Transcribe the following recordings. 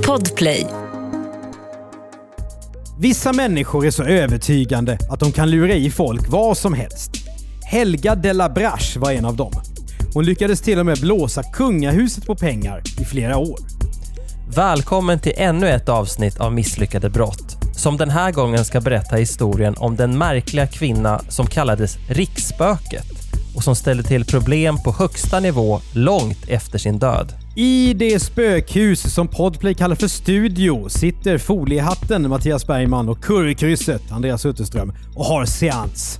Podplay. Vissa människor är så övertygande att de kan lura i folk vad som helst. Helga de la Brache var en av dem. Hon lyckades till och med blåsa kungahuset på pengar i flera år. Välkommen till ännu ett avsnitt av Misslyckade brott, som den här gången ska berätta historien om den märkliga kvinna som kallades riksspöket och som ställde till problem på högsta nivå långt efter sin död. I det spökhus som Podplay kallar för studio sitter foliehatten Mattias Bergman och currykrysset Andreas Utterström och har seans.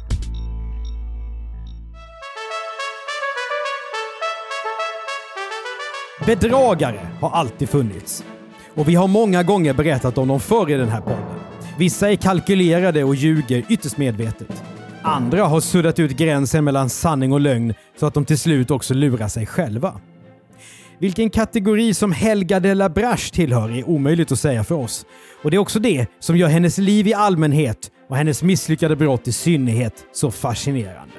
Bedragare har alltid funnits. Och vi har många gånger berättat om dem förr i den här podden. Vissa är kalkylerade och ljuger ytterst medvetet. Andra har suddat ut gränsen mellan sanning och lögn så att de till slut också lurar sig själva. Vilken kategori som Helga de la Brache tillhör är omöjligt att säga för oss. Och det är också det som gör hennes liv i allmänhet och hennes misslyckade brott i synnerhet så fascinerande.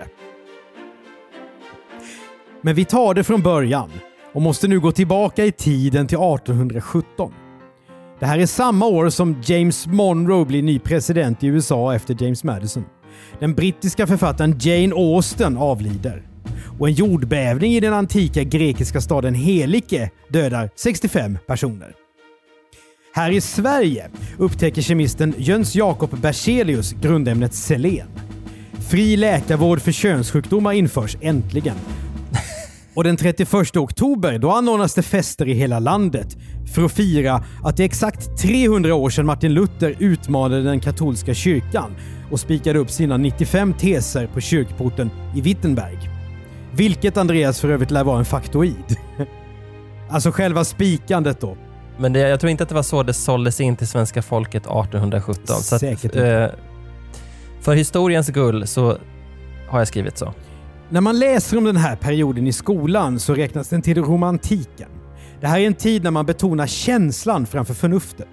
Men vi tar det från början och måste nu gå tillbaka i tiden till 1817. Det här är samma år som James Monroe blir ny president i USA efter James Madison. Den brittiska författaren Jane Austen avlider. Och en jordbävning i den antika grekiska staden Helike dödar 65 personer. Här i Sverige upptäcker kemisten Jöns Jakob Berzelius grundämnet selen. Fri läkarvård för könssjukdomar införs äntligen. Och den 31 oktober då anordnas det fester i hela landet för att fira att det är exakt 300 år sedan Martin Luther utmanade den katolska kyrkan och spikade upp sina 95 teser på kyrkporten i Wittenberg. Vilket Andreas för övrigt lär vara en faktoid. Alltså själva spikandet då. Men jag tror inte att det var så det såldes in till svenska folket 1817. Så säkert att, för historiens skull så har jag skrivit så. När man läser om den här perioden i skolan så räknas den till romantiken. Det här är en tid när man betonar känslan framför förnuftet.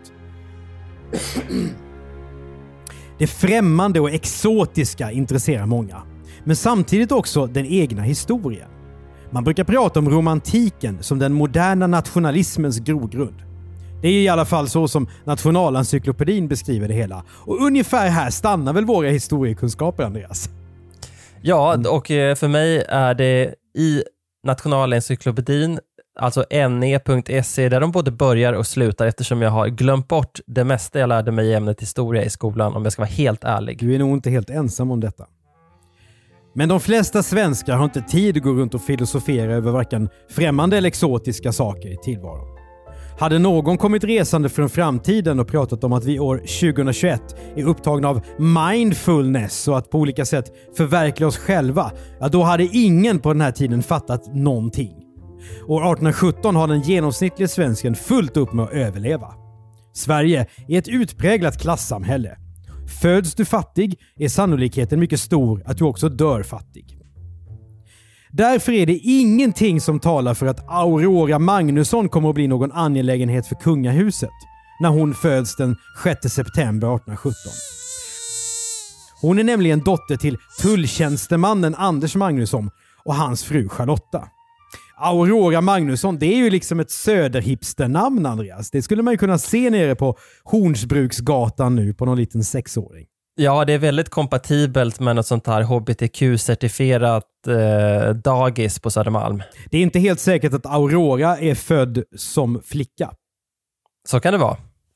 Det främmande och exotiska intresserar många. Men samtidigt också den egna historien. Man brukar prata om romantiken som den moderna nationalismens grogrund. Det är i alla fall så som Nationalencyklopedin beskriver det hela. Och ungefär här stannar väl våra historiekunskaper, Andreas? Ja, och för mig är det i Nationalencyklopedin, alltså ne.se, där de både börjar och slutar eftersom jag har glömt bort det mesta jag lärde mig i ämnet historia i skolan, om jag ska vara helt ärlig. Du är nog inte helt ensam om detta. Men de flesta svenskar har inte tid att gå runt och filosofera över varken främmande eller exotiska saker i tillvaron. Hade någon kommit resande från framtiden och pratat om att vi år 2021 är upptagna av mindfulness och att på olika sätt förverkliga oss själva, ja då hade ingen på den här tiden fattat någonting. År 1817 har den genomsnittliga svensken fullt upp med att överleva. Sverige är ett utpräglat klassamhälle. Föds du fattig är sannolikheten mycket stor att du också dör fattig. Därför är det ingenting som talar för att Aurora Magnusson kommer att bli någon angelägenhet för kungahuset när hon föds den 6 september 1817. Hon är nämligen dotter till tulltjänstemannen Anders Magnusson och hans fru Charlotta. Aurora Magnusson, det är ju liksom ett söderhipsternamn, Andreas. Det skulle man ju kunna se nere på Hornsbruksgatan nu på någon liten 6-åring. Ja, det är väldigt kompatibelt med något sånt här HBTQ-certifierat dagis på Södermalm. Det är inte helt säkert att Aurora är född som flicka. Så kan det vara.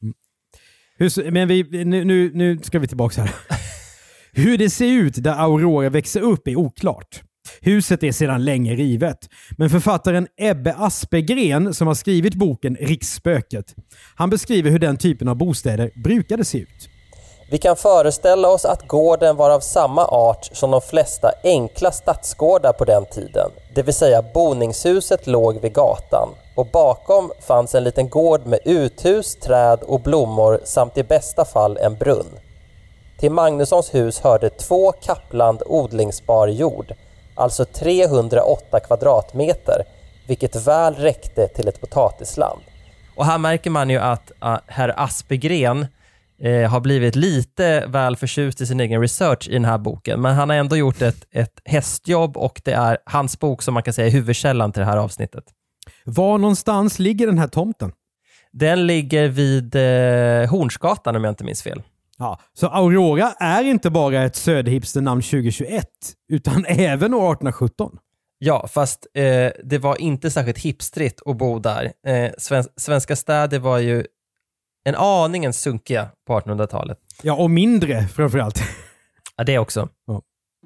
Men nu ska vi tillbaka här. Hur det ser ut där Aurora växer upp är oklart. Huset är sedan länge rivet. Men författaren Ebbe Aspegren som har skrivit boken Riksspöket, han beskriver hur den typen av bostäder brukade se ut. Vi kan föreställa oss att gården var av samma art som de flesta enkla stadsgårdar på den tiden. Det vill säga boningshuset låg vid gatan och bakom fanns en liten gård med uthus, träd och blommor samt i bästa fall en brunn. Till Magnussons hus hörde 2 kappland odlingsbar jord, alltså 308 kvadratmeter, vilket väl räckte till ett potatisland. Och här märker man ju att herr Aspegren har blivit lite väl förtjust i sin egen research i den här boken. Men han har ändå gjort ett hästjobb och det är hans bok som man kan säga är huvudkällan till det här avsnittet. Var någonstans ligger den här tomten? Den ligger vid Hornsgatan om jag inte minns fel. Ja, så Aurora är inte bara ett söderhipsternamn 2021 utan även år 1817. Ja, fast det var inte särskilt hipstrigt att bo där. Svenska städer var ju en aningen sunkiga på 1800-talet. Ja, och mindre framförallt. Ja, det också. Ja.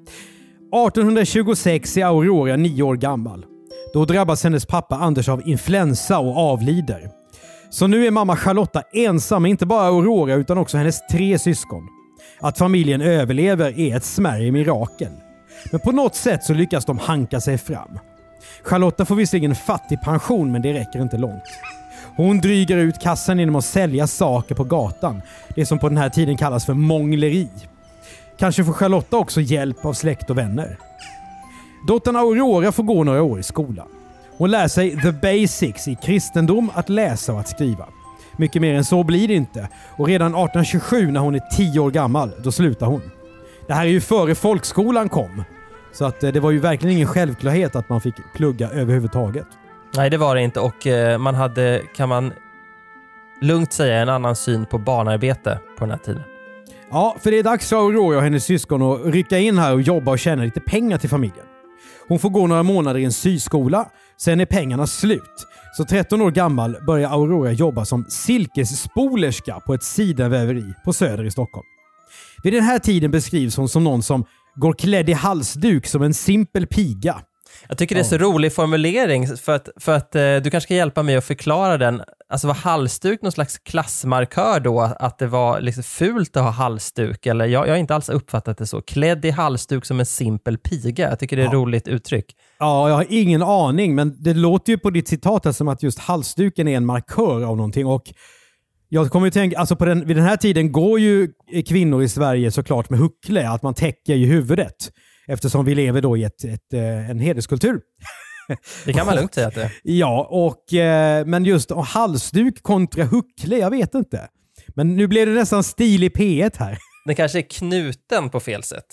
1826 är Aurora 9 år gammal. Då drabbas hennes pappa Anders av influensa och avlider. Så nu är mamma Charlotta ensam, inte bara Aurora utan också hennes 3 syskon. Att familjen överlever är ett smärre mirakel. Men på något sätt så lyckas de hanka sig fram. Charlotta får visserligen fattig pension, men det räcker inte långt. Hon dryger ut kassan genom att sälja saker på gatan. Det som på den här tiden kallas för mångleri. Kanske får Charlotta också hjälp av släkt och vänner. Dottern Aurora får gå några år i skolan. Hon lär sig the basics i kristendom, att läsa och att skriva. Mycket mer än så blir det inte. Och redan 1827 när hon är 10 år gammal, då slutar hon. Det här är ju före folkskolan kom. Så att det var ju verkligen ingen självklarhet att man fick plugga överhuvudtaget. Nej, det var det inte. Och man hade, kan man lugnt säga, en annan syn på barnarbete på den här tiden. Ja, för det är dags för Aurora och hennes syskon att rycka in här och jobba och tjäna lite pengar till familjen. Hon får gå några månader i en syskola, sen är pengarna slut. Så 13 år gammal börjar Aurora jobba som silkesspolerska på ett sidenväveri på Söder i Stockholm. Vid den här tiden beskrivs hon som någon som går klädd i halsduk som en simpel piga. Jag tycker det är så rolig formulering för att du kanske ska hjälpa mig att förklara den. Alltså var halsduk någon slags klassmarkör då? Att det var liksom fult att ha halsduk? Eller jag har inte alls uppfattat det så. Klädd i halsduk som en simpel piga. Jag tycker det är ett roligt uttryck. Ja, jag har ingen aning, men det låter ju på ditt citat här som att just halsduken är en markör av någonting. Och jag kommer ju tänka, alltså vid den här tiden går ju kvinnor i Sverige såklart med huckle, att man täcker ju huvudet. Eftersom vi lever då i en hederskultur. Det kan man lugnt säga att det är. Ja, men just halsduk kontra huckle, jag vet inte. Men nu blev det nästan stil i P1 här. Den kanske är knuten på fel sätt.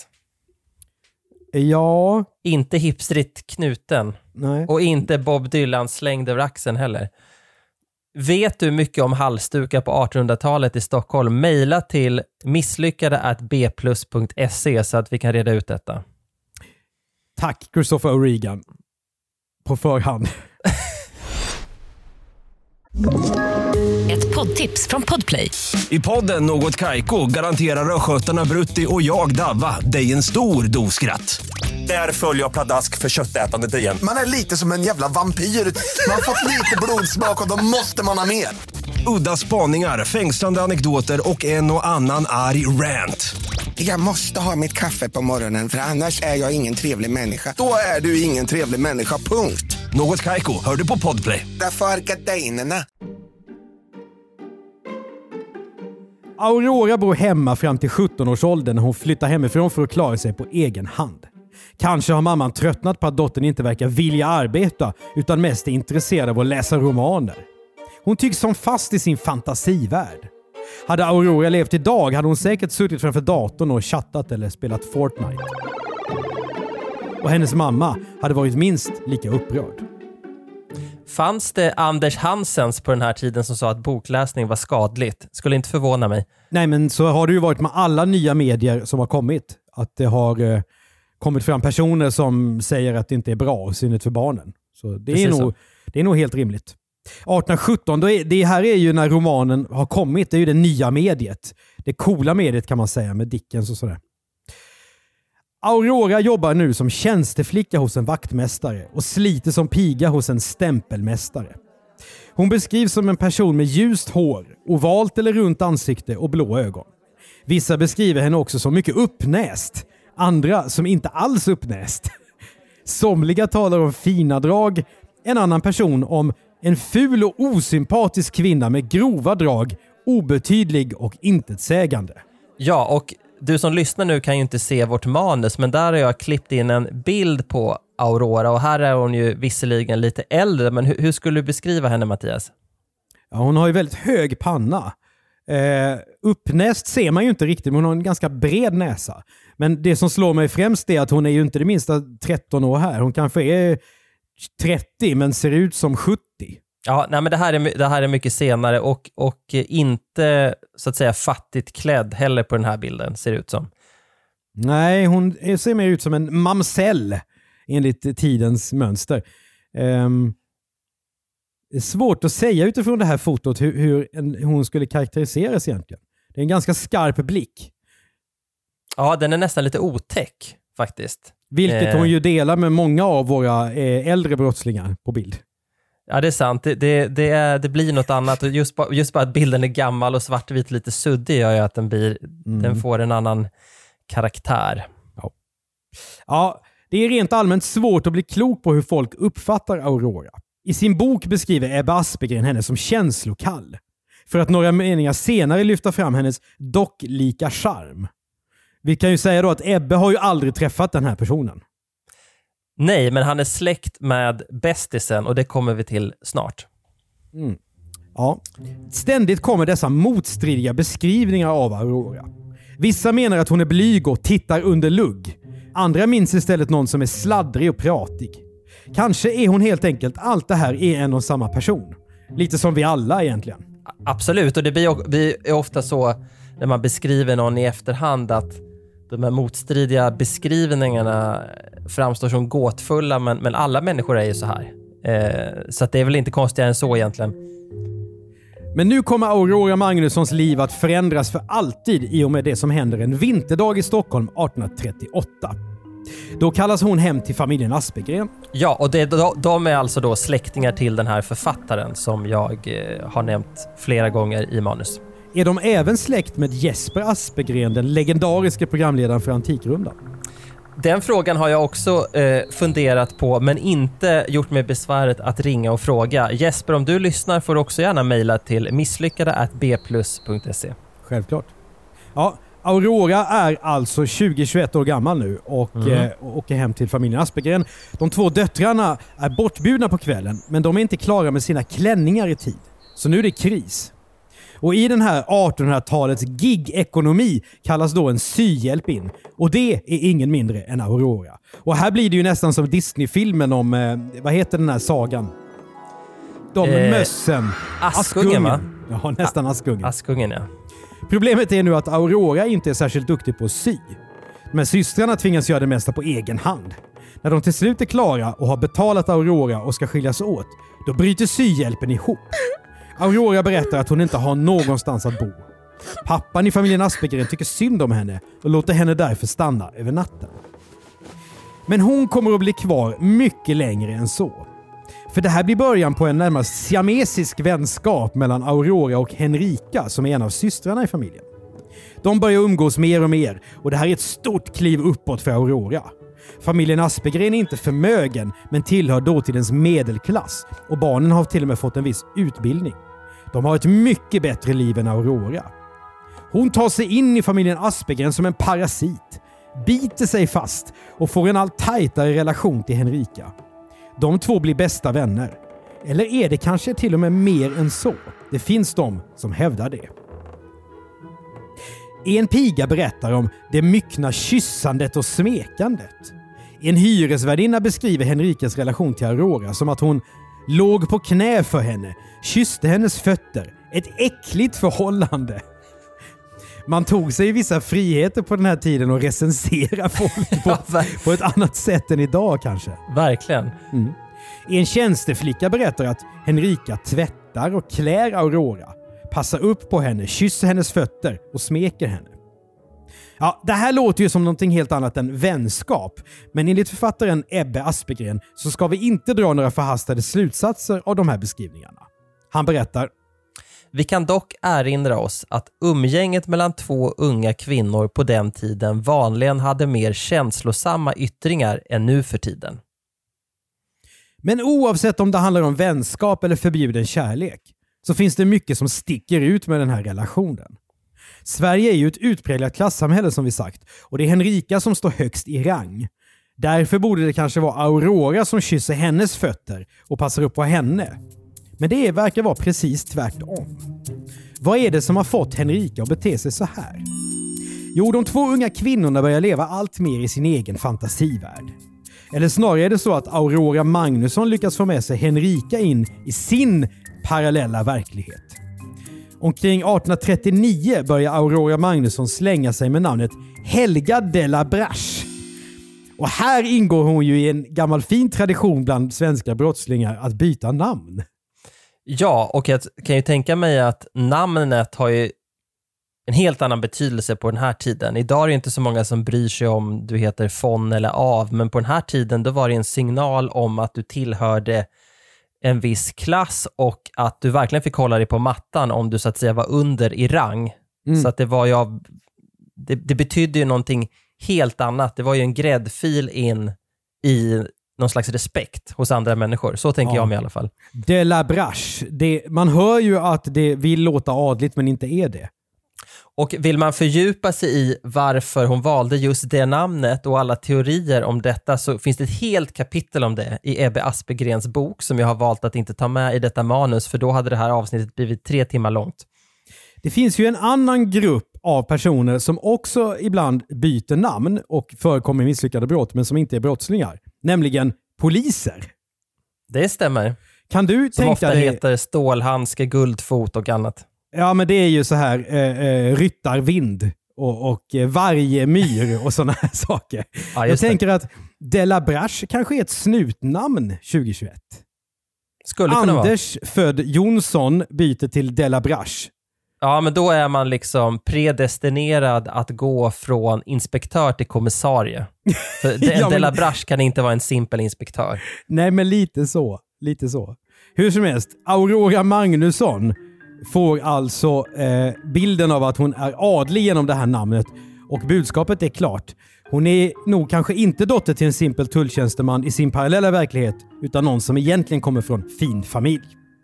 Ja. Inte hipstrigt knuten. Nej. Och inte Bob Dylan slängd över axeln heller. Vet du mycket om halsdukar på 1800-talet i Stockholm? Maila till misslyckade@bplus.se så att vi kan reda ut detta. Tack Christopher O'Regan. På förhand. Ett poddtips från Podplay. I podden Något Kaiko garanterar röskötarna Brutti och jag Davva dig en stor doskratt. Där följer jag pladask för köttätandet igen. Man är lite som en jävla vampyr. Man har fått lite blodsmak och då måste man ha mer. Udda spaningar, fängslande anekdoter och en och annan arg rant. Jag måste ha mitt kaffe på morgonen för annars är jag ingen trevlig människa. Då är du ingen trevlig människa, punkt. Något Kaiko, hör du på Podplay. Därför är gardinerna. Aurora bor hemma fram till 17-årsåldern när hon flyttar hemifrån för att klara sig på egen hand. Kanske har mamman tröttnat på att dottern inte verkar vilja arbeta utan mest är intresserad av att läsa romaner. Hon tycks som fast i sin fantasivärld. Hade Aurora levt idag hade hon säkert suttit framför datorn och chattat eller spelat Fortnite. Och hennes mamma hade varit minst lika upprörd. Fanns det Anders Hansens på den här tiden som sa att bokläsning var skadligt? Skulle inte förvåna mig. Nej, men så har det ju varit med alla nya medier som har kommit. Att det har kommit fram personer som säger att det inte är bra, i synnerhet för barnen. Så det är nog helt rimligt. 1817, det här är ju när romanen har kommit. Det är ju det nya mediet. Det coola mediet kan man säga med Dickens och sådär. Aurora jobbar nu som tjänsteflicka hos en vaktmästare och sliter som piga hos en stämpelmästare. Hon beskrivs som en person med ljust hår, ovalt eller runt ansikte och blå ögon. Vissa beskriver henne också som mycket uppnäst, andra som inte alls uppnäst. Somliga talar om fina drag, en annan person om en ful och osympatisk kvinna med grova drag, obetydlig och intetsägande. Ja, och du som lyssnar nu kan ju inte se vårt manus, men där har jag klippt in en bild på Aurora och här är hon ju visserligen lite äldre, men hur skulle du beskriva henne, Mattias? Ja, hon har ju väldigt hög panna. Uppnäst ser man ju inte riktigt, men hon har en ganska bred näsa. Men det som slår mig främst är att hon är ju inte det minsta 13 år här. Hon kanske är 30 men ser ut som 70. Ja, nej, men det här är mycket senare och inte så att säga fattigt klädd heller på den här bilden, ser det ut som. Nej, hon ser mer ut som en mamsell enligt tidens mönster. Det är svårt att säga utifrån det här fotot hur hon skulle karaktäriseras egentligen. Det är en ganska skarp blick. Ja, den är nästan lite otäck faktiskt. Vilket hon ju delar med många av våra äldre brottslingar på bild. Ja, det är sant. Det blir något annat. Och just bara att bilden är gammal och svartvit lite suddig gör ju att den får en annan karaktär. Ja, det är rent allmänt svårt att bli klok på hur folk uppfattar Aurora. I sin bok beskriver Ebbe Aspegren henne som känslokall. För att några meningar senare lyfta fram hennes docklika charm. Vi kan ju säga då att Ebbe har ju aldrig träffat den här personen. Nej, men han är släkt med bästisen och det kommer vi till snart. Ja. Ständigt kommer dessa motstridiga beskrivningar av Aurora. Vissa menar att hon är blyg och tittar under lugg. Andra minns istället någon som är sladdrig och pratig. Kanske är hon helt enkelt allt det här i en och samma person. Lite som vi alla egentligen. Absolut, och det blir ofta så när man beskriver någon i efterhand att de här motstridiga beskrivningarna framstår som gåtfulla, men alla människor är ju så här. Så att det är väl inte konstigare än så egentligen. Men nu kommer Aurora Magnussons liv att förändras för alltid i och med det som händer en vinterdag i Stockholm 1838. Då kallas hon hem till familjen Aspegren. Ja, och de är alltså då släktingar till den här författaren som jag har nämnt flera gånger i manus. Är de även släkt med Jesper Aspegren, den legendariska programledaren för Antikrundan? Den frågan har jag också funderat på, men inte gjort mig besväret att ringa och fråga. Jesper, om du lyssnar får du också gärna mejla till misslyckade@bplus.se. Självklart. Ja, Aurora är alltså 20-21 år gammal nu och åker hem till familjen Aspegren. De 2 döttrarna är bortbjudna på kvällen, men de är inte klara med sina klänningar i tid. Så nu är det kris. Och i den här 1800-talets gig-ekonomi kallas då en syhjälp in. Och det är ingen mindre än Aurora. Och här blir det ju nästan som Disney-filmen om, vad heter den här sagan? Mössen. Askungen, va? Ja, nästan Askungen. Askungen, ja. Problemet är nu att Aurora inte är särskilt duktig på att sy. Men systrarna tvingas göra det mesta på egen hand. När de till slut är klara och har betalat Aurora och ska skiljas åt, då bryter syhjälpen ihop. Aurora berättar att hon inte har någonstans att bo. Pappan i familjen Aspegren tycker synd om henne och låter henne därför stanna över natten. Men hon kommer att bli kvar mycket längre än så. För det här blir början på en närmast siamesisk vänskap mellan Aurora och Henrika som är en av systrarna i familjen. De börjar umgås mer och mer och det här är ett stort kliv uppåt för Aurora. Familjen Aspegren är inte förmögen men tillhör dåtidens medelklass och barnen har till och med fått en viss utbildning. De har ett mycket bättre liv än Aurora. Hon tar sig in i familjen Aspegren som en parasit, biter sig fast och får en allt tajtare relation till Henrika. De 2 blir bästa vänner. Eller är det kanske till och med mer än så? Det finns de som hävdar det. En piga berättar om det myckna kyssandet och smekandet. En hyresvärdinna beskriver Henrikas relation till Aurora som att hon låg på knä för henne, kysste hennes fötter. Ett äckligt förhållande. Man tog sig vissa friheter på den här tiden och recensera folk på ett annat sätt än idag kanske. Verkligen. En tjänsteflicka berättar att Henrika tvättar och klär Aurora, passar upp på henne, kysser hennes fötter och smeker henne. Ja, det här låter ju som någonting helt annat än vänskap, men enligt författaren Ebbe Aspegren så ska vi inte dra några förhastade slutsatser av de här beskrivningarna. Han berättar: Vi kan dock erinra oss att umgänget mellan 2 unga kvinnor på den tiden vanligen hade mer känslosamma yttringar än nu för tiden. Men oavsett om det handlar om vänskap eller förbjuden kärlek så finns det mycket som sticker ut med den här relationen. Sverige är ju ett utpräglat klassamhälle som vi sagt och det är Henrika som står högst i rang. Därför borde det kanske vara Aurora som kysser hennes fötter och passar upp på henne. Men det verkar vara precis tvärtom. Vad är det som har fått Henrika att bete sig så här? Jo, de 2 unga kvinnorna börjar leva allt mer i sin egen fantasivärld. Eller snarare är det så att Aurora Magnusson lyckas få med sig Henrika in i sin parallella verklighet. Omkring 1839 börjar Aurora Magnusson slänga sig med namnet Helga de la Brache. Och här ingår hon ju i en gammal fin tradition bland svenska brottslingar att byta namn. Ja, och jag kan ju tänka mig att namnet har ju en helt annan betydelse på den här tiden. Idag är det inte så många som bryr sig om du heter von eller av, men på den här tiden då var det en signal om att du tillhörde en viss klass och att du verkligen fick hålla dig på mattan om du så att säga var under i rang. Så att det var ju det betydde ju någonting helt annat. Det var ju en gräddfil in i någon slags respekt hos andra människor. Så tänker jag mig i alla fall. De la Brache. Man hör ju att det vill låta adligt men inte är det. Och vill man fördjupa sig i varför hon valde just det namnet och alla teorier om detta, så finns det ett helt kapitel om det i Ebbe Aspegrens bok som jag har valt att inte ta med i detta manus, för då hade det här avsnittet blivit 3 timmar långt. Det finns ju en annan grupp av personer som också ibland byter namn och förekommer i misslyckade brott men som inte är brottslingar. Nämligen poliser. Det stämmer. Kan du som tänka ofta dig... heter Stålhandske, Guldfot och annat. Ja, men det är ju så här ryttarvind och varje myr och sådana här saker. Ja, jag tänker att de la Brache kanske är ett snutnamn 2021. Skulle kunna vara. Anders född Jonsson byter till de la Brache. Ja, men då är man liksom predestinerad att gå från inspektör till kommissarie. För de la Brache kan inte vara en simpel inspektör. Nej, men lite så. Hur som helst, Aurora Magnusson får alltså bilden av att hon är adlig genom det här namnet, och budskapet är klart. Hon är nog kanske inte dotter till en simpel tulltjänsteman i sin parallella verklighet, utan någon som egentligen kommer från fin familj.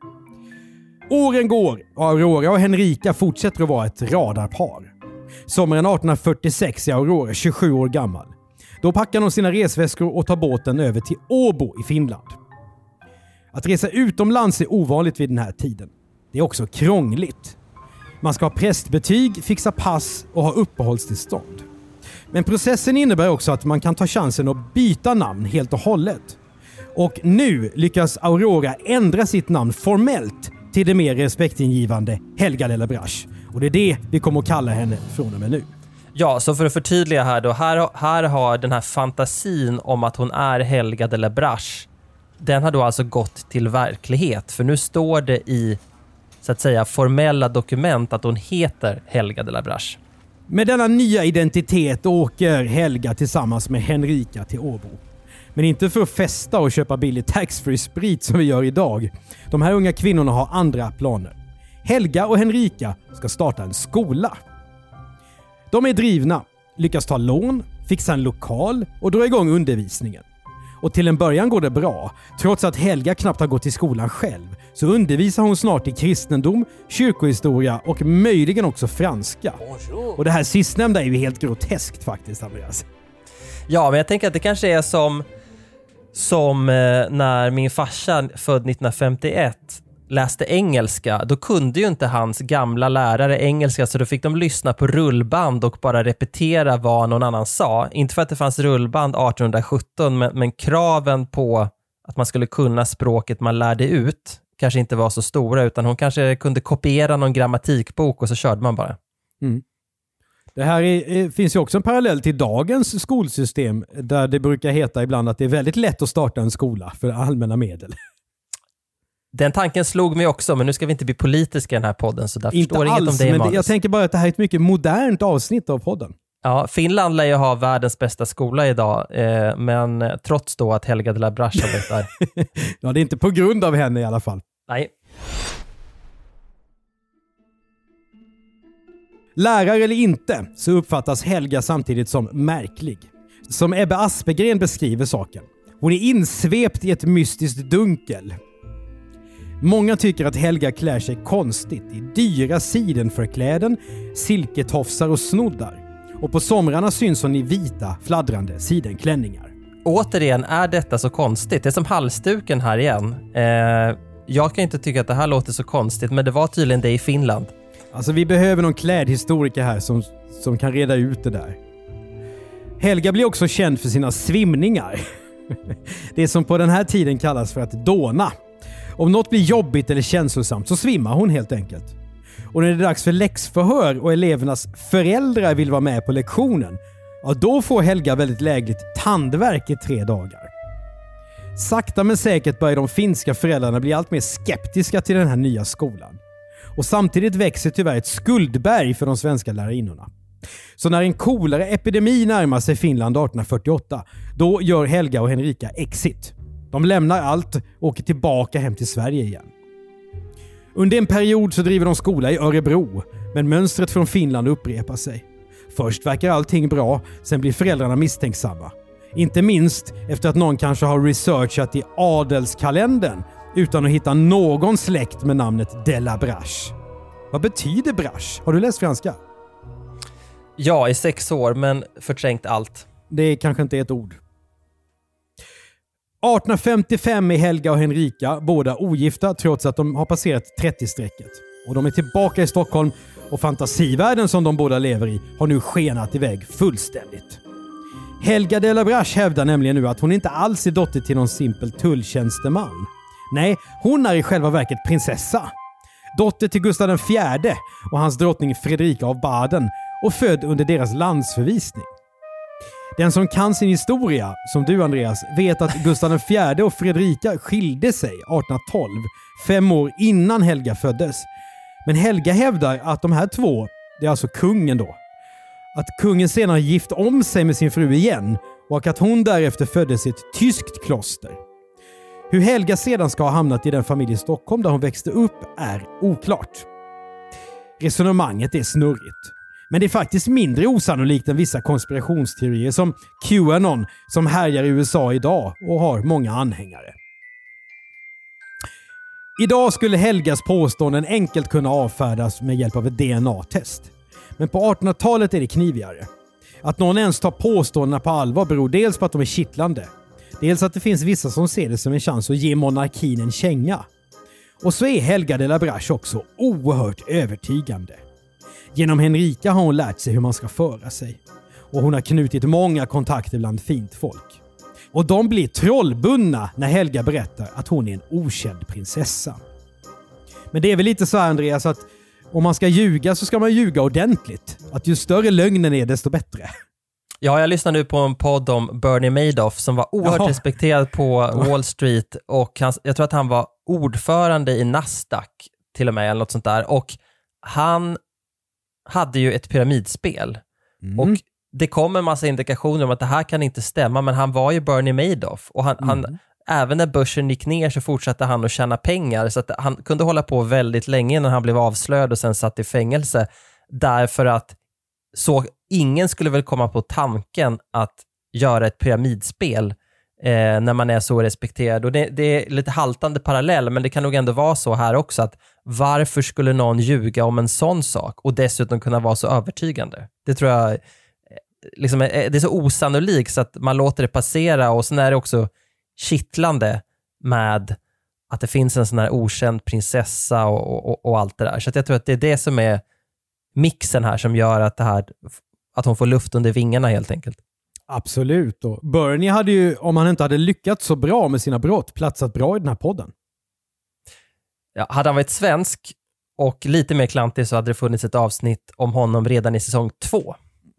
Åren går och Aurora och Henrika fortsätter att vara ett radarpar. Sommaren 1846 är Aurora 27 år gammal. Då packar hon sina resväskor och tar båten över till Åbo i Finland. Att resa utomlands är ovanligt vid den här tiden. Det är också krångligt. Man ska ha prästbetyg, fixa pass och ha uppehållstillstånd. Men processen innebär också att man kan ta chansen att byta namn helt och hållet. Och nu lyckas Aurora ändra sitt namn formellt till det mer respektingivande Helga de la Brache. Och det är det vi kommer att kalla henne från och med nu. Ja, så för att förtydliga här då. Här har den här fantasin om att hon är Helga de la Brache, den har då alltså gått till verklighet. För nu står det i, så att säga, formella dokument att hon heter Helga de la Brache. Med denna nya identitet åker Helga tillsammans med Henrika till Åbo. Men inte för att festa och köpa billig tax-free sprit som vi gör idag. De här unga kvinnorna har andra planer. Helga och Henrika ska starta en skola. De är drivna, lyckas ta lån, fixa en lokal och dra igång undervisningen. Och till en början går det bra. Trots att Helga knappt har gått i skolan själv så undervisar hon snart i kristendom, kyrkohistoria och möjligen också franska. Och det här sistnämnda är ju helt groteskt faktiskt, Andreas. Ja, men jag tänker att det kanske är som när min farsa född 1951 läste engelska. Då kunde ju inte hans gamla lärare engelska, så då fick de lyssna på rullband och bara repetera vad någon annan sa. Inte för att det fanns rullband 1817, men kraven på att man skulle kunna språket man lärde ut kanske inte var så stora, utan hon kanske kunde kopiera någon grammatikbok och så körde man bara. Mm. Det här finns ju också en parallell till dagens skolsystem, där det brukar heta ibland att det är väldigt lätt att starta en skola för allmänna medel. Den tanken slog mig också, men nu ska vi inte bli politiska i den här podden, så där inte förstår alls, inget om det. Men manus. jag tänker bara att det här är ett mycket modernt avsnitt av podden. Ja, Finland lär ju ha världens bästa skola idag, men trots då att Helga de la Brache har varit där. Ja, det är inte på grund av henne i alla fall. Nej. Lärare eller inte så uppfattas Helga samtidigt som märklig. Som Ebbe Aspergren beskriver saken. Hon är insvept i ett mystiskt dunkel. Många tycker att Helga klär sig konstigt i dyra sidenförkläden, silketofsar och snoddar. Och på somrarna syns hon i vita, fladdrande sidenklänningar. Återigen, är detta så konstigt? Det är som halsduken här igen. Jag kan inte tycka att det här låter så konstigt, men det var tydligen det i Finland. Alltså vi behöver någon klädhistoriker här som kan reda ut det där. Helga blir också känd för sina svimningar. Det som på den här tiden kallas för att dåna. Om något blir jobbigt eller känslosamt så svimmar hon helt enkelt. Och när det är dags för läxförhör och elevernas föräldrar vill vara med på lektionen, ja, då får Helga väldigt lägligt tandvärk i 3 dagar. Sakta men säkert börjar de finska föräldrarna bli allt mer skeptiska till den här nya skolan. Och samtidigt växer tyvärr ett skuldberg för de svenska lärarinnorna. Så när en koleraepidemi närmar sig Finland 1848, då gör Helga och Henrika exit. De lämnar allt och åker tillbaka hem till Sverige igen. Under en period så driver de skola i Örebro, men mönstret från Finland upprepar sig. Först verkar allting bra, sen blir föräldrarna misstänksamma. Inte minst efter att någon kanske har researchat i adelskalendern utan att hitta någon släkt med namnet de la Brache. Vad betyder Brache? Har du läst franska? Ja, i 6 år, men förträngt allt. Det kanske inte är ett ord. 1855 är Helga och Henrika båda ogifta trots att de har passerat 30-strecket. Och de är tillbaka i Stockholm och fantasivärlden som de båda lever i har nu skenat iväg fullständigt. Helga de la Brache hävdar nämligen nu att hon inte alls är dotter till någon simpel tulltjänsteman. Nej, hon är i själva verket prinsessa. Dotter till Gustav IV och hans drottning Fredrika av Baden och född under deras landsförvisning. Den som kan sin historia, som du Andreas, vet att Gustav IV och Fredrika skilde sig 1812, 5 år innan Helga föddes. Men Helga hävdar att de här två, det är alltså kungen då, att kungen senare gift om sig med sin fru igen och att hon därefter föddes i ett tyskt kloster. Hur Helga sedan ska ha hamnat i den familj i Stockholm där hon växte upp är oklart. Resonemanget är snurrigt. Men det är faktiskt mindre osannolikt än vissa konspirationsteorier som QAnon som härjar i USA idag och har många anhängare. Idag skulle Helgas påståenden enkelt kunna avfärdas med hjälp av ett DNA-test. Men på 1800-talet är det knivigare. Att någon ens tar påståendena på allvar beror dels på att de är kittlande. Dels att det finns vissa som ser det som en chans att ge monarkin en känga. Och så är Helga de la Brache också oerhört övertygande. Genom Henrika har hon lärt sig hur man ska föra sig. Och hon har knutit många kontakter bland fint folk. Och de blir trollbundna när Helga berättar att hon är en okänd prinsessa. Men det är väl lite så här, Andreas, att om man ska ljuga så ska man ljuga ordentligt. Att ju större lögnen är desto bättre. Ja, jag lyssnade nu på en podd om Bernie Madoff som var oerhört respekterad på Wall Street och jag tror att han var ordförande i Nasdaq till och med eller något sånt där, och han hade ju ett pyramidspel och det kom en massa indikationer om att det här kan inte stämma, men han var ju Bernie Madoff och han även när börsen gick ner så fortsatte han att tjäna pengar, så att han kunde hålla på väldigt länge när han blev avslöjad och sen satt i fängelse, därför att så ingen skulle väl komma på tanken att göra ett pyramidspel när man är så respekterad. Och det är lite haltande parallell, men det kan nog ändå vara så här också, att varför skulle någon ljuga om en sån sak och dessutom kunna vara så övertygande? Det tror jag liksom, det är så osannolikt så att man låter det passera, och sen är det också kittlande med att det finns en sån här okänd prinsessa och allt det där. Så att jag tror att det är det som är mixen här som gör att hon får luft under vingarna helt enkelt. Absolut. Och Bernie hade ju, om han inte hade lyckats så bra med sina brott, platsat bra i den här podden. Ja, hade han varit svensk och lite mer klantig så hade det funnits ett avsnitt om honom redan i säsong 2.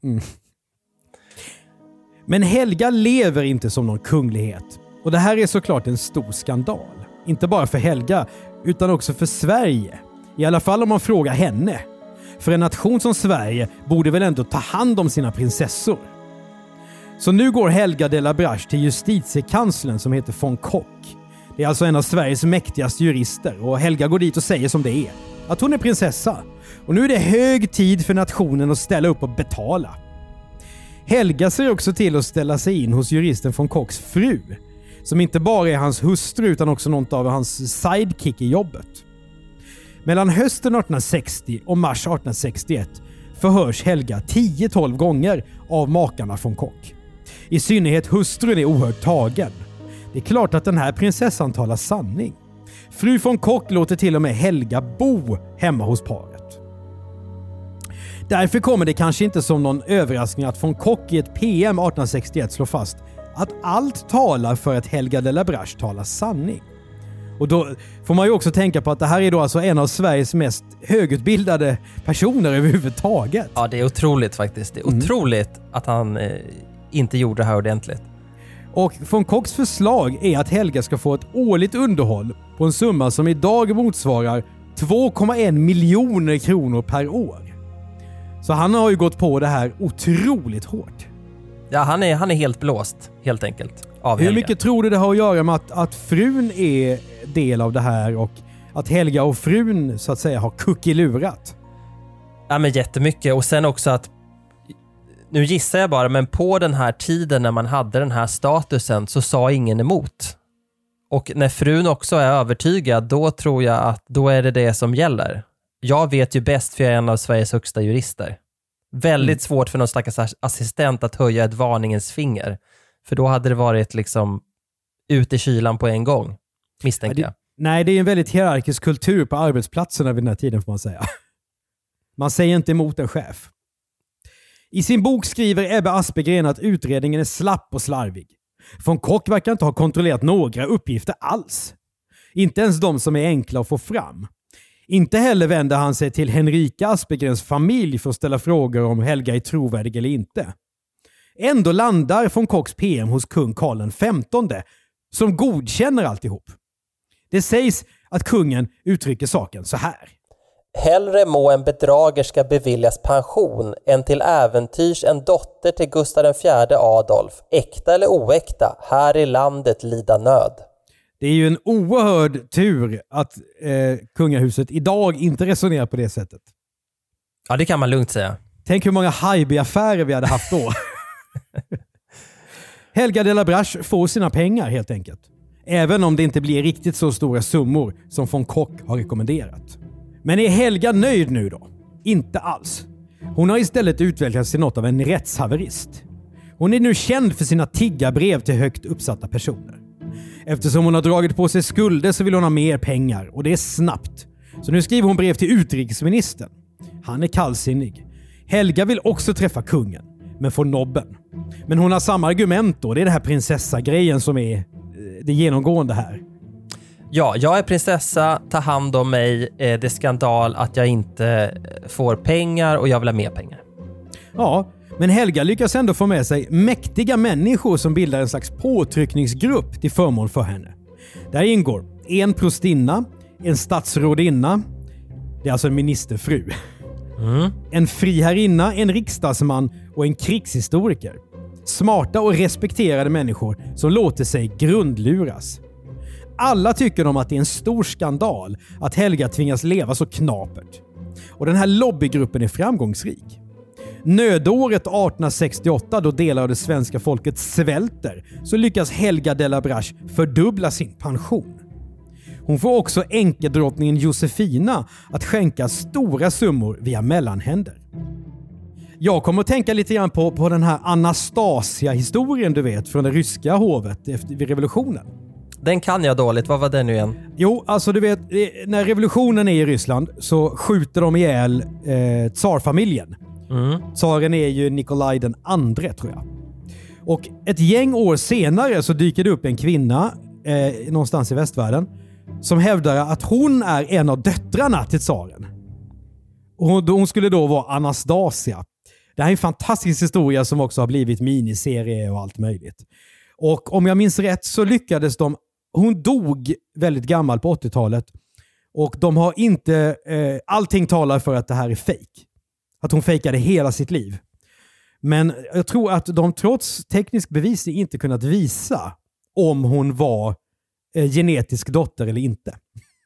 Men Helga lever inte som någon kunglighet. Och det här är såklart en stor skandal. Inte bara för Helga, utan också för Sverige. I alla fall om man frågar henne. För en nation som Sverige borde väl ändå ta hand om sina prinsessor. Så nu går Helga de la Brache till justitiekanslern som heter von Kock. Det är alltså en av Sveriges mäktigaste jurister, och Helga går dit och säger som det är. Att hon är prinsessa. Och nu är det hög tid för nationen att ställa upp och betala. Helga ser också till att ställa sig in hos juristen von Kocks fru. Som inte bara är hans hustru utan också något av hans sidekick i jobbet. Mellan hösten 1860 och mars 1861 förhörs Helga 10-12 gånger av makarna von Kock. I synnerhet hustrun är oerhört tagen. Det är klart att den här prinsessan talar sanning. Fru von Kock låter till och med Helga bo hemma hos paret. Därför kommer det kanske inte som någon överraskning att von Kock i ett PM 1861 slår fast att allt talar för att Helga de la Brache talar sanning. Och då får man ju också tänka på att det här är då alltså en av Sveriges mest högutbildade personer överhuvudtaget. Ja, det är otroligt faktiskt. Det är otroligt att han inte gjorde det här ordentligt. Och von Kochs förslag är att Helga ska få ett årligt underhåll på en summa som idag motsvarar 2,1 miljoner kronor per år. Så han har ju gått på det här otroligt hårt. Ja, han är helt blåst, helt enkelt. Av Hur Helga. mycket tror du det har att göra med att frun är del av det här och att Helga och frun så att säga har kuckelurat? Ja, men jättemycket. Och sen också att, nu gissar jag bara, men på den här tiden när man hade den här statusen så sa ingen emot. Och när frun också är övertygad, då tror jag att då är det som gäller. Jag vet ju bäst för jag är en av Sveriges högsta jurister. Väldigt svårt för någon stackars assistent att höja ett varningens finger. För då hade det varit liksom ut i kylan på en gång, misstänker jag. Nej, det är en väldigt hierarkisk kultur på arbetsplatserna vid den här tiden får man säga. Man säger inte emot en chef. I sin bok skriver Ebbe Aspegren att utredningen är slapp och slarvig. Von Koch verkar inte ha kontrollerat några uppgifter alls. Inte ens de som är enkla att få fram. Inte heller vänder han sig till Henrika Aspegrens familj för att ställa frågor om Helga är trovärdig eller inte. Ändå landar von Kochs PM hos kung Karl XV som godkänner alltihop. Det sägs att kungen uttrycker saken så här. Hellre må en bedragerska beviljas pension än till äventyrs en dotter till Gustav IV Adolf, äkta eller oäkta, här i landet lida nöd. Det är ju en oerhörd tur att kungahuset idag inte resonerar på det sättet. Ja, det kan man lugnt säga. Tänk hur många Haijby-affärer vi hade haft då. Helga de la Brache får sina pengar helt enkelt. Även om det inte blir riktigt så stora summor som von Koch har rekommenderat. Men är Helga nöjd nu då? Inte alls. Hon har istället utvecklats till något av en rättshaverist. Hon är nu känd för sina tiggarbrev till högt uppsatta personer. Eftersom hon har dragit på sig skulder så vill hon ha mer pengar och det är snabbt. Så nu skriver hon brev till utrikesministern. Han är kallsinnig. Helga vill också träffa kungen, men får nobben. Men hon har samma argument då. Det är den här prinsessa-grejen som är det genomgående här. Ja, jag är prinsessa, ta hand om mig. Det är skandal att jag inte får pengar och jag vill ha mer pengar. Ja, men Helga lyckas ändå få med sig mäktiga människor som bildar en slags påtryckningsgrupp till förmån för henne. Där ingår en prostinna, en statsrådinna, det är alltså en ministerfru, en friherrinna, en riksdagsman och en krigshistoriker. Smarta och respekterade människor som låter sig grundluras. Alla tycker de att det är en stor skandal att Helga tvingas leva så knapert. Och den här lobbygruppen är framgångsrik. Nödåret 1868, då delar av det svenska folket svälter, så lyckas Helga de la Brache fördubbla sin pension. Hon får också änkedrottningen Josefina att skänka stora summor via mellanhänder. Jag kommer att tänka lite grann på den här Anastasia-historien du vet från det ryska hovet vid revolutionen. Den kan jag dåligt. Vad var det nu igen? Jo, alltså du vet, när revolutionen är i Ryssland så skjuter de ihjäl tsarfamiljen. Tsaren är ju Nikolaj den andre tror jag. Och ett gäng år senare så dyker det upp en kvinna någonstans i västvärlden som hävdar att hon är en av döttrarna till tsaren. Och hon skulle då vara Anastasia. Det här är en fantastisk historia som också har blivit miniserie och allt möjligt. Och om jag minns rätt så lyckades de. Hon dog väldigt gammal på 80-talet och de har inte allting talar för att det här är fake. Att hon fejkade hela sitt liv. Men jag tror att de trots teknisk bevisning inte kunnat visa om hon var genetisk dotter eller inte.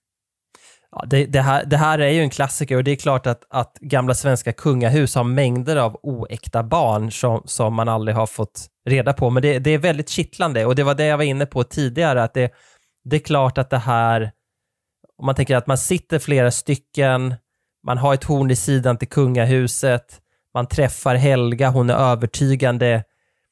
Ja, det här är ju en klassiker och det är klart att gamla svenska kungahus har mängder av oäkta barn som man aldrig har fått reda på. Men det är väldigt kittlande och det var det jag var inne på tidigare. Att det är klart att det här, om man tänker att man sitter flera stycken, man har ett horn i sidan till kungahuset, man träffar Helga, hon är övertygande.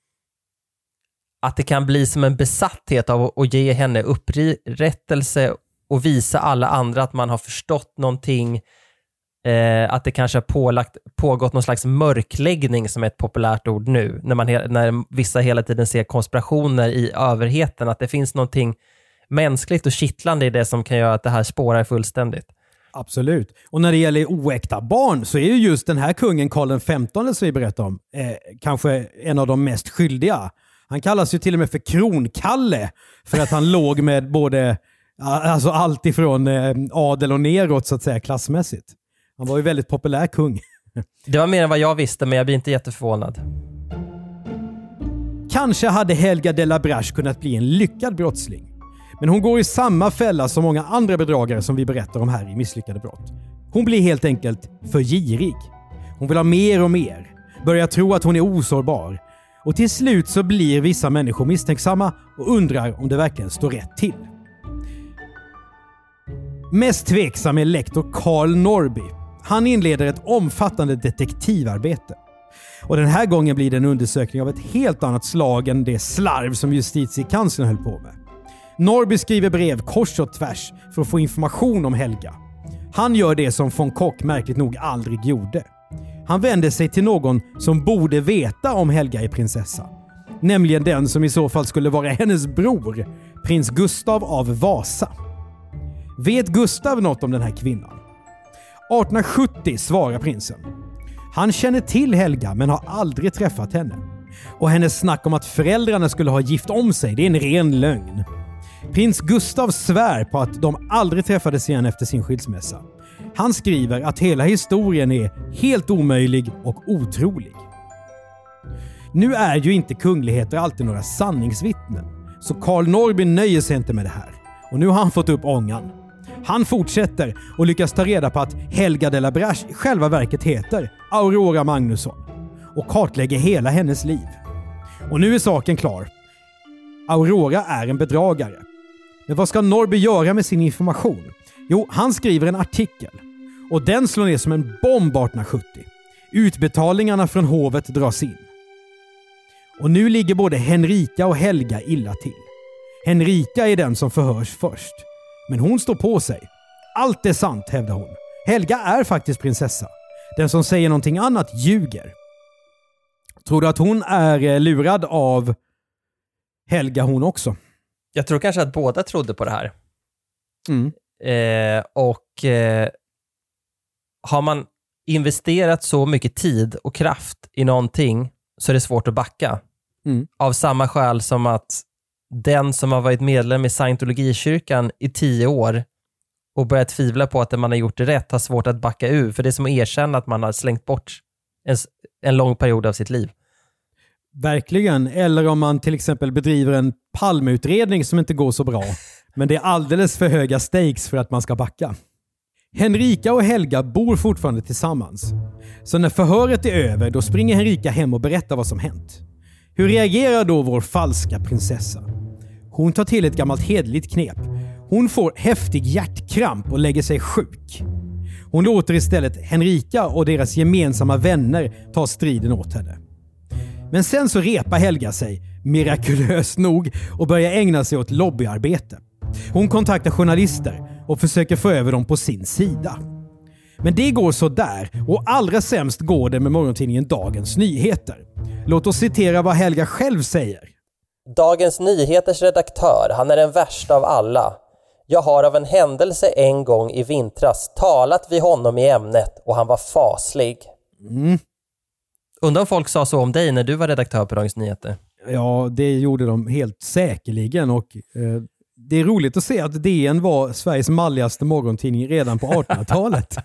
Att det kan bli som en besatthet av att ge henne upprättelse och visa alla andra att man har förstått någonting. att det kanske har pågått någon slags mörkläggning som är ett populärt ord nu, när vissa hela tiden ser konspirationer i överheten, att det finns någonting mänskligt och kittlande i det som kan göra att det här spårar fullständigt. Absolut. Och när det gäller oäkta barn så är ju just den här kungen Karl XV som vi berättar om kanske en av de mest skyldiga. Han kallas ju till och med för Kronkalle för att han låg med både alltså allt ifrån adel och neråt så att säga klassmässigt. Han var ju väldigt populär kung. Det var mer än vad jag visste, men jag blir inte jätteförvånad. Kanske hade Helga de la Brache kunnat bli en lyckad brottsling. Men hon går i samma fälla som många andra bedragare som vi berättar om här i Misslyckade brott. Hon blir helt enkelt för girig. Hon vill ha mer och mer. Börjar tro att hon är osårbar. Och till slut så blir vissa människor misstänksamma och undrar om det verkligen står rätt till. Mest tveksam är lektor Carl Norby. Han inleder ett omfattande detektivarbete. Och den här gången blir det en undersökning av ett helt annat slag än det slarv som justitiekanslern höll på med. Norby skriver brev kors och tvärs för att få information om Helga. Han gör det som von Kock märkligt nog aldrig gjorde. Han vänder sig till någon som borde veta om Helga är prinsessa. Nämligen den som i så fall skulle vara hennes bror, prins Gustav av Vasa. Vet Gustav något om den här kvinnan? 1870 svarar prinsen. Han känner till Helga men har aldrig träffat henne. Och hennes snack om att föräldrarna skulle ha gift om sig, det är en ren lögn. Prins Gustav svär på att de aldrig träffades igen efter sin skilsmässa. Han skriver att hela historien är helt omöjlig och otrolig. Nu är ju inte kungligheter alltid några sanningsvittnen, så Carl Norby nöjer sig inte med det här. Och nu har han fått upp ångan. Han fortsätter och lyckas ta reda på att Helga de la Brache i själva verket heter Aurora Magnusson och kartlägger hela hennes liv. Och nu är saken klar. Aurora är en bedragare. Men vad ska Norby göra med sin information? Jo, han skriver en artikel. Och den slår ner som en bomb 1870. Utbetalningarna från hovet dras in. Och nu ligger både Henrika och Helga illa till. Henrika är den som förhörs först. Men hon står på sig. Allt är sant, hävdar hon. Helga är faktiskt prinsessa. Den som säger någonting annat ljuger. Tror du att hon är lurad av Helga hon också? Jag tror kanske att båda trodde på det här. Har man investerat så mycket tid och kraft i någonting så är det svårt att backa. Av samma skäl som att den som har varit medlem i Scientologikyrkan i 10 år och börjat tvivla på att man har gjort det rätt har svårt att backa ur. För det är som att erkänna att man har slängt bort en lång period av sitt liv. Verkligen. Eller om man till exempel bedriver en palmutredning som inte går så bra. Men det är alldeles för höga stakes för att man ska backa. Henrika och Helga bor fortfarande tillsammans. Så när förhöret är över då springer Henrika hem och berättar vad som hänt. Hur reagerar då vår falska prinsessa? Hon tar till ett gammalt hederligt knep. Hon får häftig hjärtkramp och lägger sig sjuk. Hon låter istället Henrika och deras gemensamma vänner ta striden åt henne. Men sen så repar Helga sig, mirakulöst nog, och börjar ägna sig åt lobbyarbete. Hon kontaktar journalister och försöker få över dem på sin sida. Men det går så där, och allra sämst går det med morgontidningen Dagens Nyheter. Låt oss citera vad Helga själv säger. Dagens Nyheters redaktör, han är den värsta av alla. Jag har av en händelse en gång i vintras talat vid honom i ämnet och han var faslig. Undrar om folk sa så om dig när du var redaktör på Dagens Nyheter? Ja, det gjorde de helt säkerligen, och det är roligt att se att DN var Sveriges malligaste morgontidning redan på 1800-talet.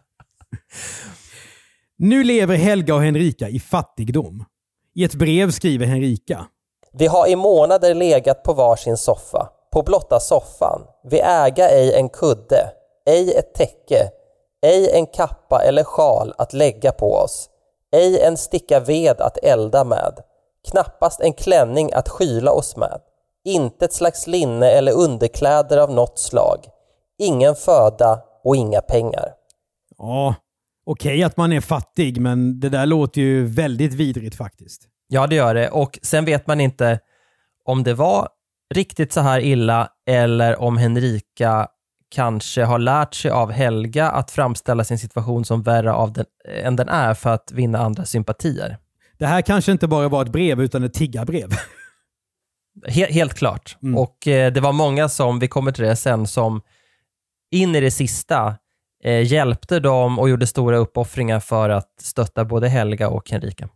Nu lever Helga och Henrika i fattigdom. I ett brev skriver Henrika: Vi har i månader legat på varsin soffa, på blotta soffan. Vi äga ej en kudde, ej ett täcke, ej en kappa eller sjal att lägga på oss, ej en sticka ved att elda med, knappast en klänning att skyla oss med, inte ett slags linne eller underkläder av något slag, ingen föda och inga pengar. Ja, okej att man är fattig, men det där låter ju väldigt vidrigt faktiskt. Ja, det gör det. Och sen vet man inte om det var riktigt så här illa eller om Henrika kanske har lärt sig av Helga att framställa sin situation som värre än den är för att vinna andra sympatier. Det här kanske inte bara var ett brev utan ett tiggarbrev. Helt klart. Och det var många som, vi kommer till det sen, som in i det sista hjälpte dem och gjorde stora uppoffringar för att stötta både Helga och Henrika.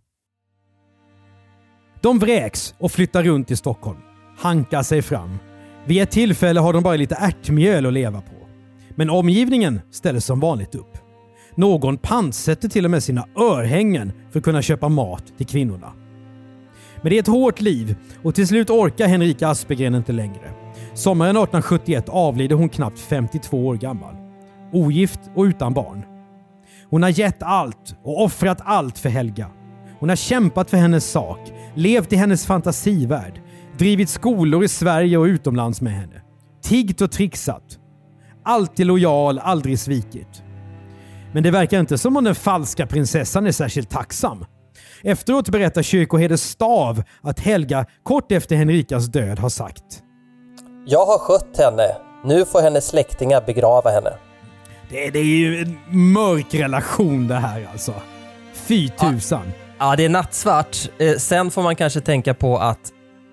De vräks och flyttar runt i Stockholm. Hankar sig fram. Vid ett tillfälle har de bara lite ärtmjöl att leva på. Men omgivningen ställer som vanligt upp. Någon pantsätter till och med sina örhängen för att kunna köpa mat till kvinnorna. Men det är ett hårt liv och till slut orkar Henrika Aspegren inte längre. Sommaren 1871 avlider hon knappt 52 år gammal. Ogift och utan barn. Hon har gett allt och offrat allt för Helga. Hon har kämpat för hennes sak, levt i hennes fantasivärld, drivit skolor i Sverige och utomlands med henne. Tiggt och trixat. Alltid lojal, aldrig svikit. Men det verkar inte som om den falska prinsessan är särskilt tacksam. Efteråt berättar kyrkoherde Stav att Helga kort efter Henrikas död har sagt: Jag har skött henne. Nu får hennes släktingar begrava henne. Det är ju en mörk relation det här alltså. Fy tusan. Ja, det är nattsvart. Sen får man kanske tänka på att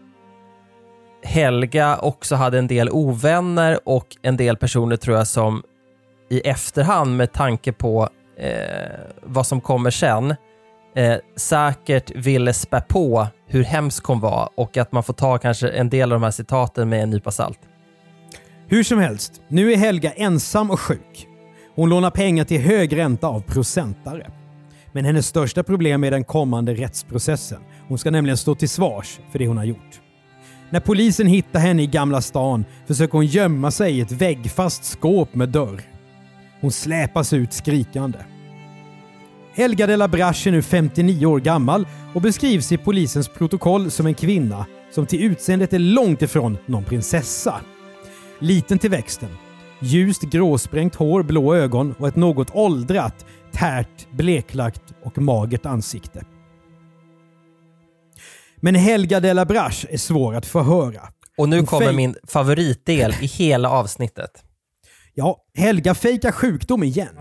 Helga också hade en del ovänner och en del personer, tror jag, som i efterhand med tanke på vad som kommer sen säkert ville spä på hur hemskt hon var, och att man får ta kanske en del av de här citaten med en nypa salt. Hur som helst, nu är Helga ensam och sjuk. Hon lånar pengar till hög ränta av procentare. Men hennes största problem är den kommande rättsprocessen. Hon ska nämligen stå till svars för det hon har gjort. När polisen hittar henne i Gamla stan försöker hon gömma sig i ett väggfast skåp med dörr. Hon släpas ut skrikande. Helga de la Brache är nu 59 år gammal och beskrivs i polisens protokoll som en kvinna som till utseendet är långt ifrån någon prinsessa. Liten till växten. Ljust gråsprängt hår, blå ögon och ett något åldrat, tärt, bleklagt och magert ansikte. Men Helga de la Brache är svår att förhöra. Och nu kommer min favoritdel i hela avsnittet. Ja, Helga fejkar sjukdom igen.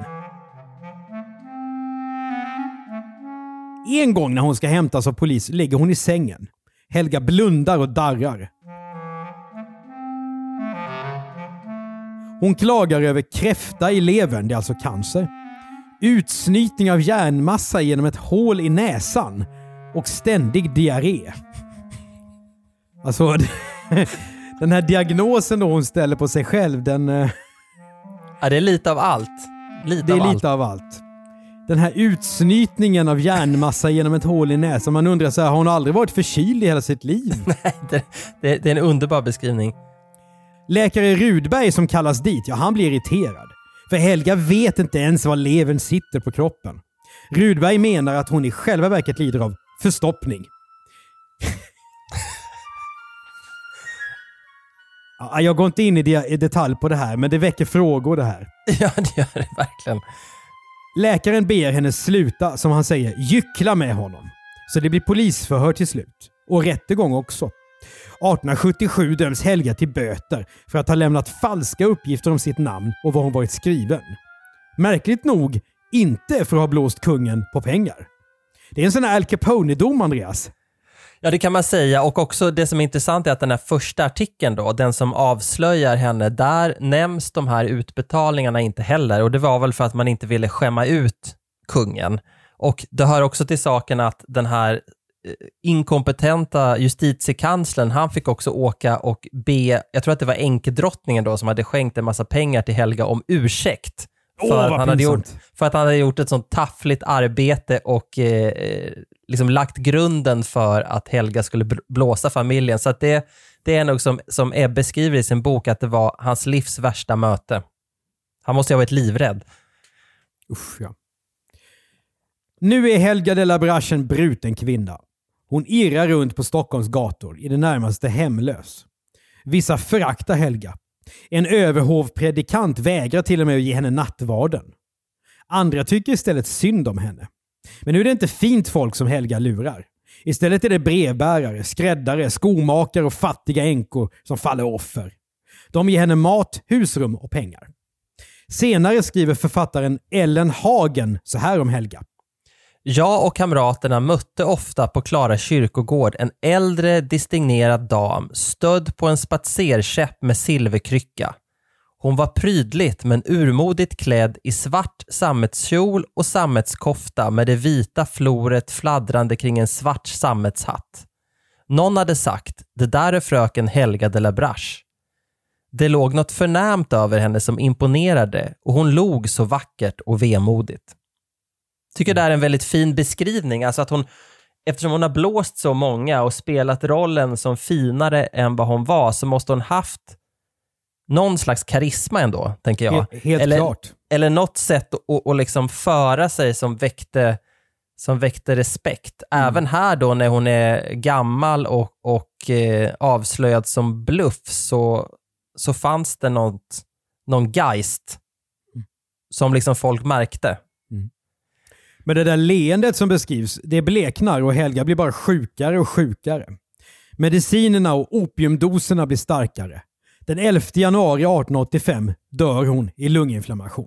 En gång när hon ska hämtas av polis ligger hon i sängen. Helga blundar och darrar. Hon klagar över kräfta i levern, det är alltså cancer. Utsnytning av hjärnmassa genom ett hål i näsan. Och ständig diarré. Alltså, den här diagnosen då hon ställer på sig själv, den... Ja, det är lite av allt. Lite av allt. Den här utsnytningen av hjärnmassa genom ett hål i näsan. Man undrar så här, har hon aldrig varit förkyld i hela sitt liv? Nej, det är en underbar beskrivning. Läkare Rudberg som kallas dit, ja, han blir irriterad. För Helga vet inte ens var levern sitter på kroppen. Rudberg menar att hon i själva verket lider av förstoppning. Jag går inte in i detalj på det här, men det väcker frågor det här. Ja, det gör det verkligen. Läkaren ber henne sluta, som han säger, gyckla med honom. Så det blir polisförhör till slut. Och rättegång också. 1877 döms Helga till böter för att ha lämnat falska uppgifter om sitt namn och var hon varit skriven. Märkligt nog inte för att ha blåst kungen på pengar. Det är en sån här Al Capone-dom, Andreas. Ja, det kan man säga. Och också det som är intressant är att den här första artikeln då, den som avslöjar henne, där nämns de här utbetalningarna inte heller. Och det var väl för att man inte ville skämma ut kungen. Och det hör också till saken att den här inkompetenta justitiekanslern, han fick också åka och be, jag tror att det var änkedrottningen då som hade skänkt en massa pengar till Helga om ursäkt. För att han hade gjort ett sånt taffligt arbete och liksom lagt grunden för att Helga skulle blåsa familjen. Så att det är nog som Ebbe skriver i sin bok, att det var hans livs värsta möte. Han måste ju ha varit livrädd. Usch, ja. Nu är Helga de la Brache en bruten kvinna. Hon irrar runt på Stockholms gator, i det närmaste hemlös. Vissa föraktar Helga. En överhovpredikant vägrar till och med att ge henne nattvarden. Andra tycker istället synd om henne. Men nu är det inte fint folk som Helga lurar. Istället är det brevbärare, skräddare, skomakare och fattiga änkor som faller offer. De ger henne mat, husrum och pengar. Senare skriver författaren Ellen Hagen så här om Helga. Jag och kamraterna mötte ofta på Klara kyrkogård en äldre distingerad dam stödd på en spatserkäpp med silverkrycka. Hon var prydligt men urmodigt klädd i svart sammetskjol och sammetskofta med det vita floret fladdrande kring en svart sammetshatt. Någon hade sagt, det där är fröken Helga de la Brache. Det låg något förnämt över henne som imponerade och hon log så vackert och vemodigt. Tycker det är en väldigt fin beskrivning. Alltså att hon, eftersom hon har blåst så många och spelat rollen som finare än vad hon var, så måste hon haft någon slags karisma ändå, tänker jag. Helt klart. Eller något sätt att liksom föra sig som väckte respekt. Även här då när hon är gammal och avslöjad som bluff så fanns det någon geist som liksom folk märkte. Men det där leendet som beskrivs, det bleknar och Helga blir bara sjukare och sjukare. Medicinerna och opiumdoserna blir starkare. Den 11 januari 1885 dör hon i lunginflammation.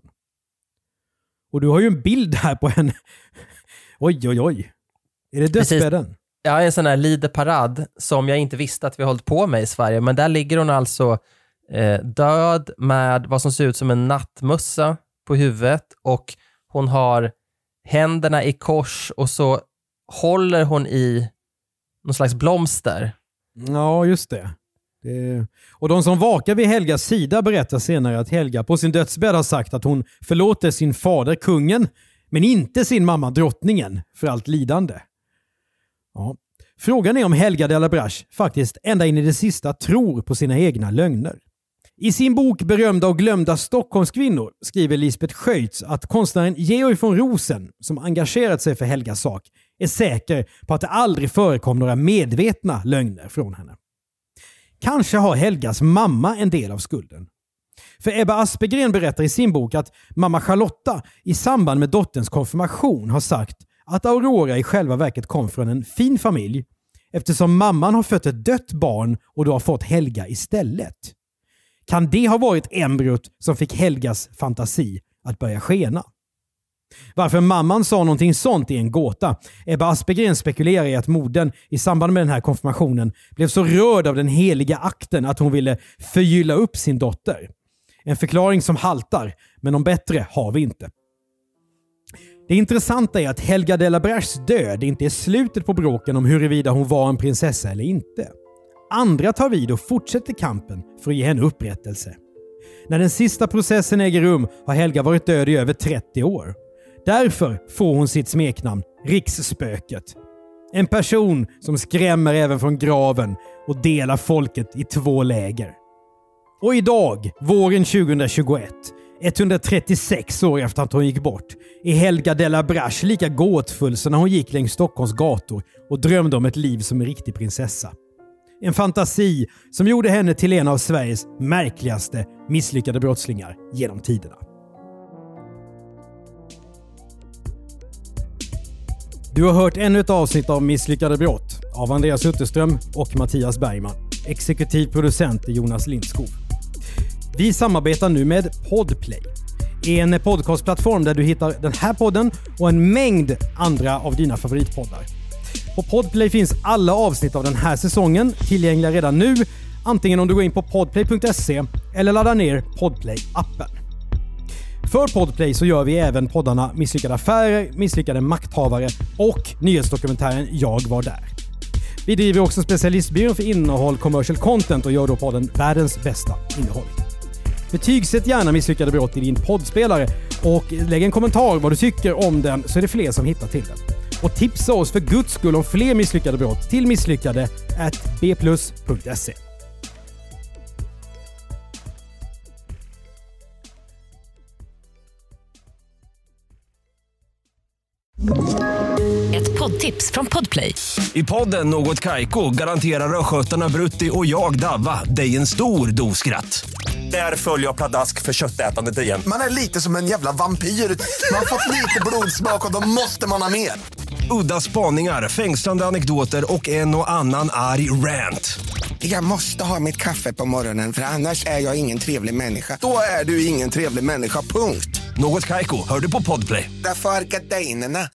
Och du har ju en bild här på henne. Oj, oj, oj. Är det dödsbädden? Ja, en sån här lideparad som jag inte visste att vi hållit på med i Sverige. Men där ligger hon alltså död med vad som ser ut som en nattmössa på huvudet. Och hon har händerna i kors och så håller hon i någon slags blomster. Ja, just det. Och de som vakar vid Helgas sida berättar senare att Helga på sin dödsbädd har sagt att hon förlåter sin fader kungen, men inte sin mamma drottningen för allt lidande. Ja. Frågan är om Helga de la Brache faktiskt ända in i det sista tror på sina egna lögner. I sin bok Berömda och glömda Stockholmskvinnor skriver Lisbeth Schöitz att konstnären Georg von Rosen, som engagerat sig för Helgas sak, är säker på att det aldrig förekom några medvetna lögner från henne. Kanske har Helgas mamma en del av skulden. För Ebba Aspegren berättar i sin bok att mamma Charlotta i samband med dotterns konfirmation har sagt att Aurora i själva verket kom från en fin familj eftersom mamman har fött ett dött barn och då har fått Helga istället. Kan det ha varit embryot som fick Helgas fantasi att börja skena? Varför mamman sa någonting sånt är en gåta. Ebba Aspegren spekulerar i att modern i samband med den här konfirmationen blev så rörd av den heliga akten att hon ville förgylla upp sin dotter. En förklaring som haltar, men någon bättre har vi inte. Det intressanta är att Helga de la Braches död inte är slutet på bråken om huruvida hon var en prinsessa eller inte. Andra tar vid och fortsätter kampen för att ge henne upprättelse. När den sista processen äger rum har Helga varit död i över 30 år. Därför får hon sitt smeknamn Riksspöket. En person som skrämmer även från graven och delar folket i 2 läger. Och idag, våren 2021, 136 år efter att hon gick bort, är Helga de la Brache lika gåtfull som när hon gick längs Stockholms gator och drömde om ett liv som en riktig prinsessa. En fantasi som gjorde henne till en av Sveriges märkligaste misslyckade brottslingar genom tiderna. Du har hört ännu ett avsnitt av Misslyckade brott av Andreas Utterström och Mattias Bergman. Exekutiv producent är Jonas Lindskov. Vi samarbetar nu med Podplay. En podcastplattform där du hittar den här podden och en mängd andra av dina favoritpoddar. På Podplay finns alla avsnitt av den här säsongen tillgängliga redan nu, antingen om du går in på podplay.se eller laddar ner Podplay-appen. För Podplay så gör vi även poddarna Misslyckade affärer, Misslyckade makthavare och nyhetsdokumentären Jag var där. Vi driver också specialistbyrån för innehåll commercial content och gör då podden världens bästa innehåll. Betygsätt gärna Misslyckade brott i din poddspelare och lägg en kommentar vad du tycker om den så är det fler som hittar till den. Och tipsa oss för Guds skull om fler misslyckade brott till misslyckade@bplus.se. Ett poddtips från Podplay. I podden Något Kaiko garanterar röskötarna Brutti och jag Davva dig en stor dos skratt. Där följer jag pladask för köttätandet igen. Man är lite som en jävla vampyr. Man har fått lite blodsmak och då måste man ha mer. Udda spaningar, fängslande anekdoter och en och annan arg rant. Jag måste ha mitt kaffe på morgonen för annars är jag ingen trevlig människa. Då är du ingen trevlig människa, punkt. Något Kaiko, hör du på Podplay. Därför är gardinerna.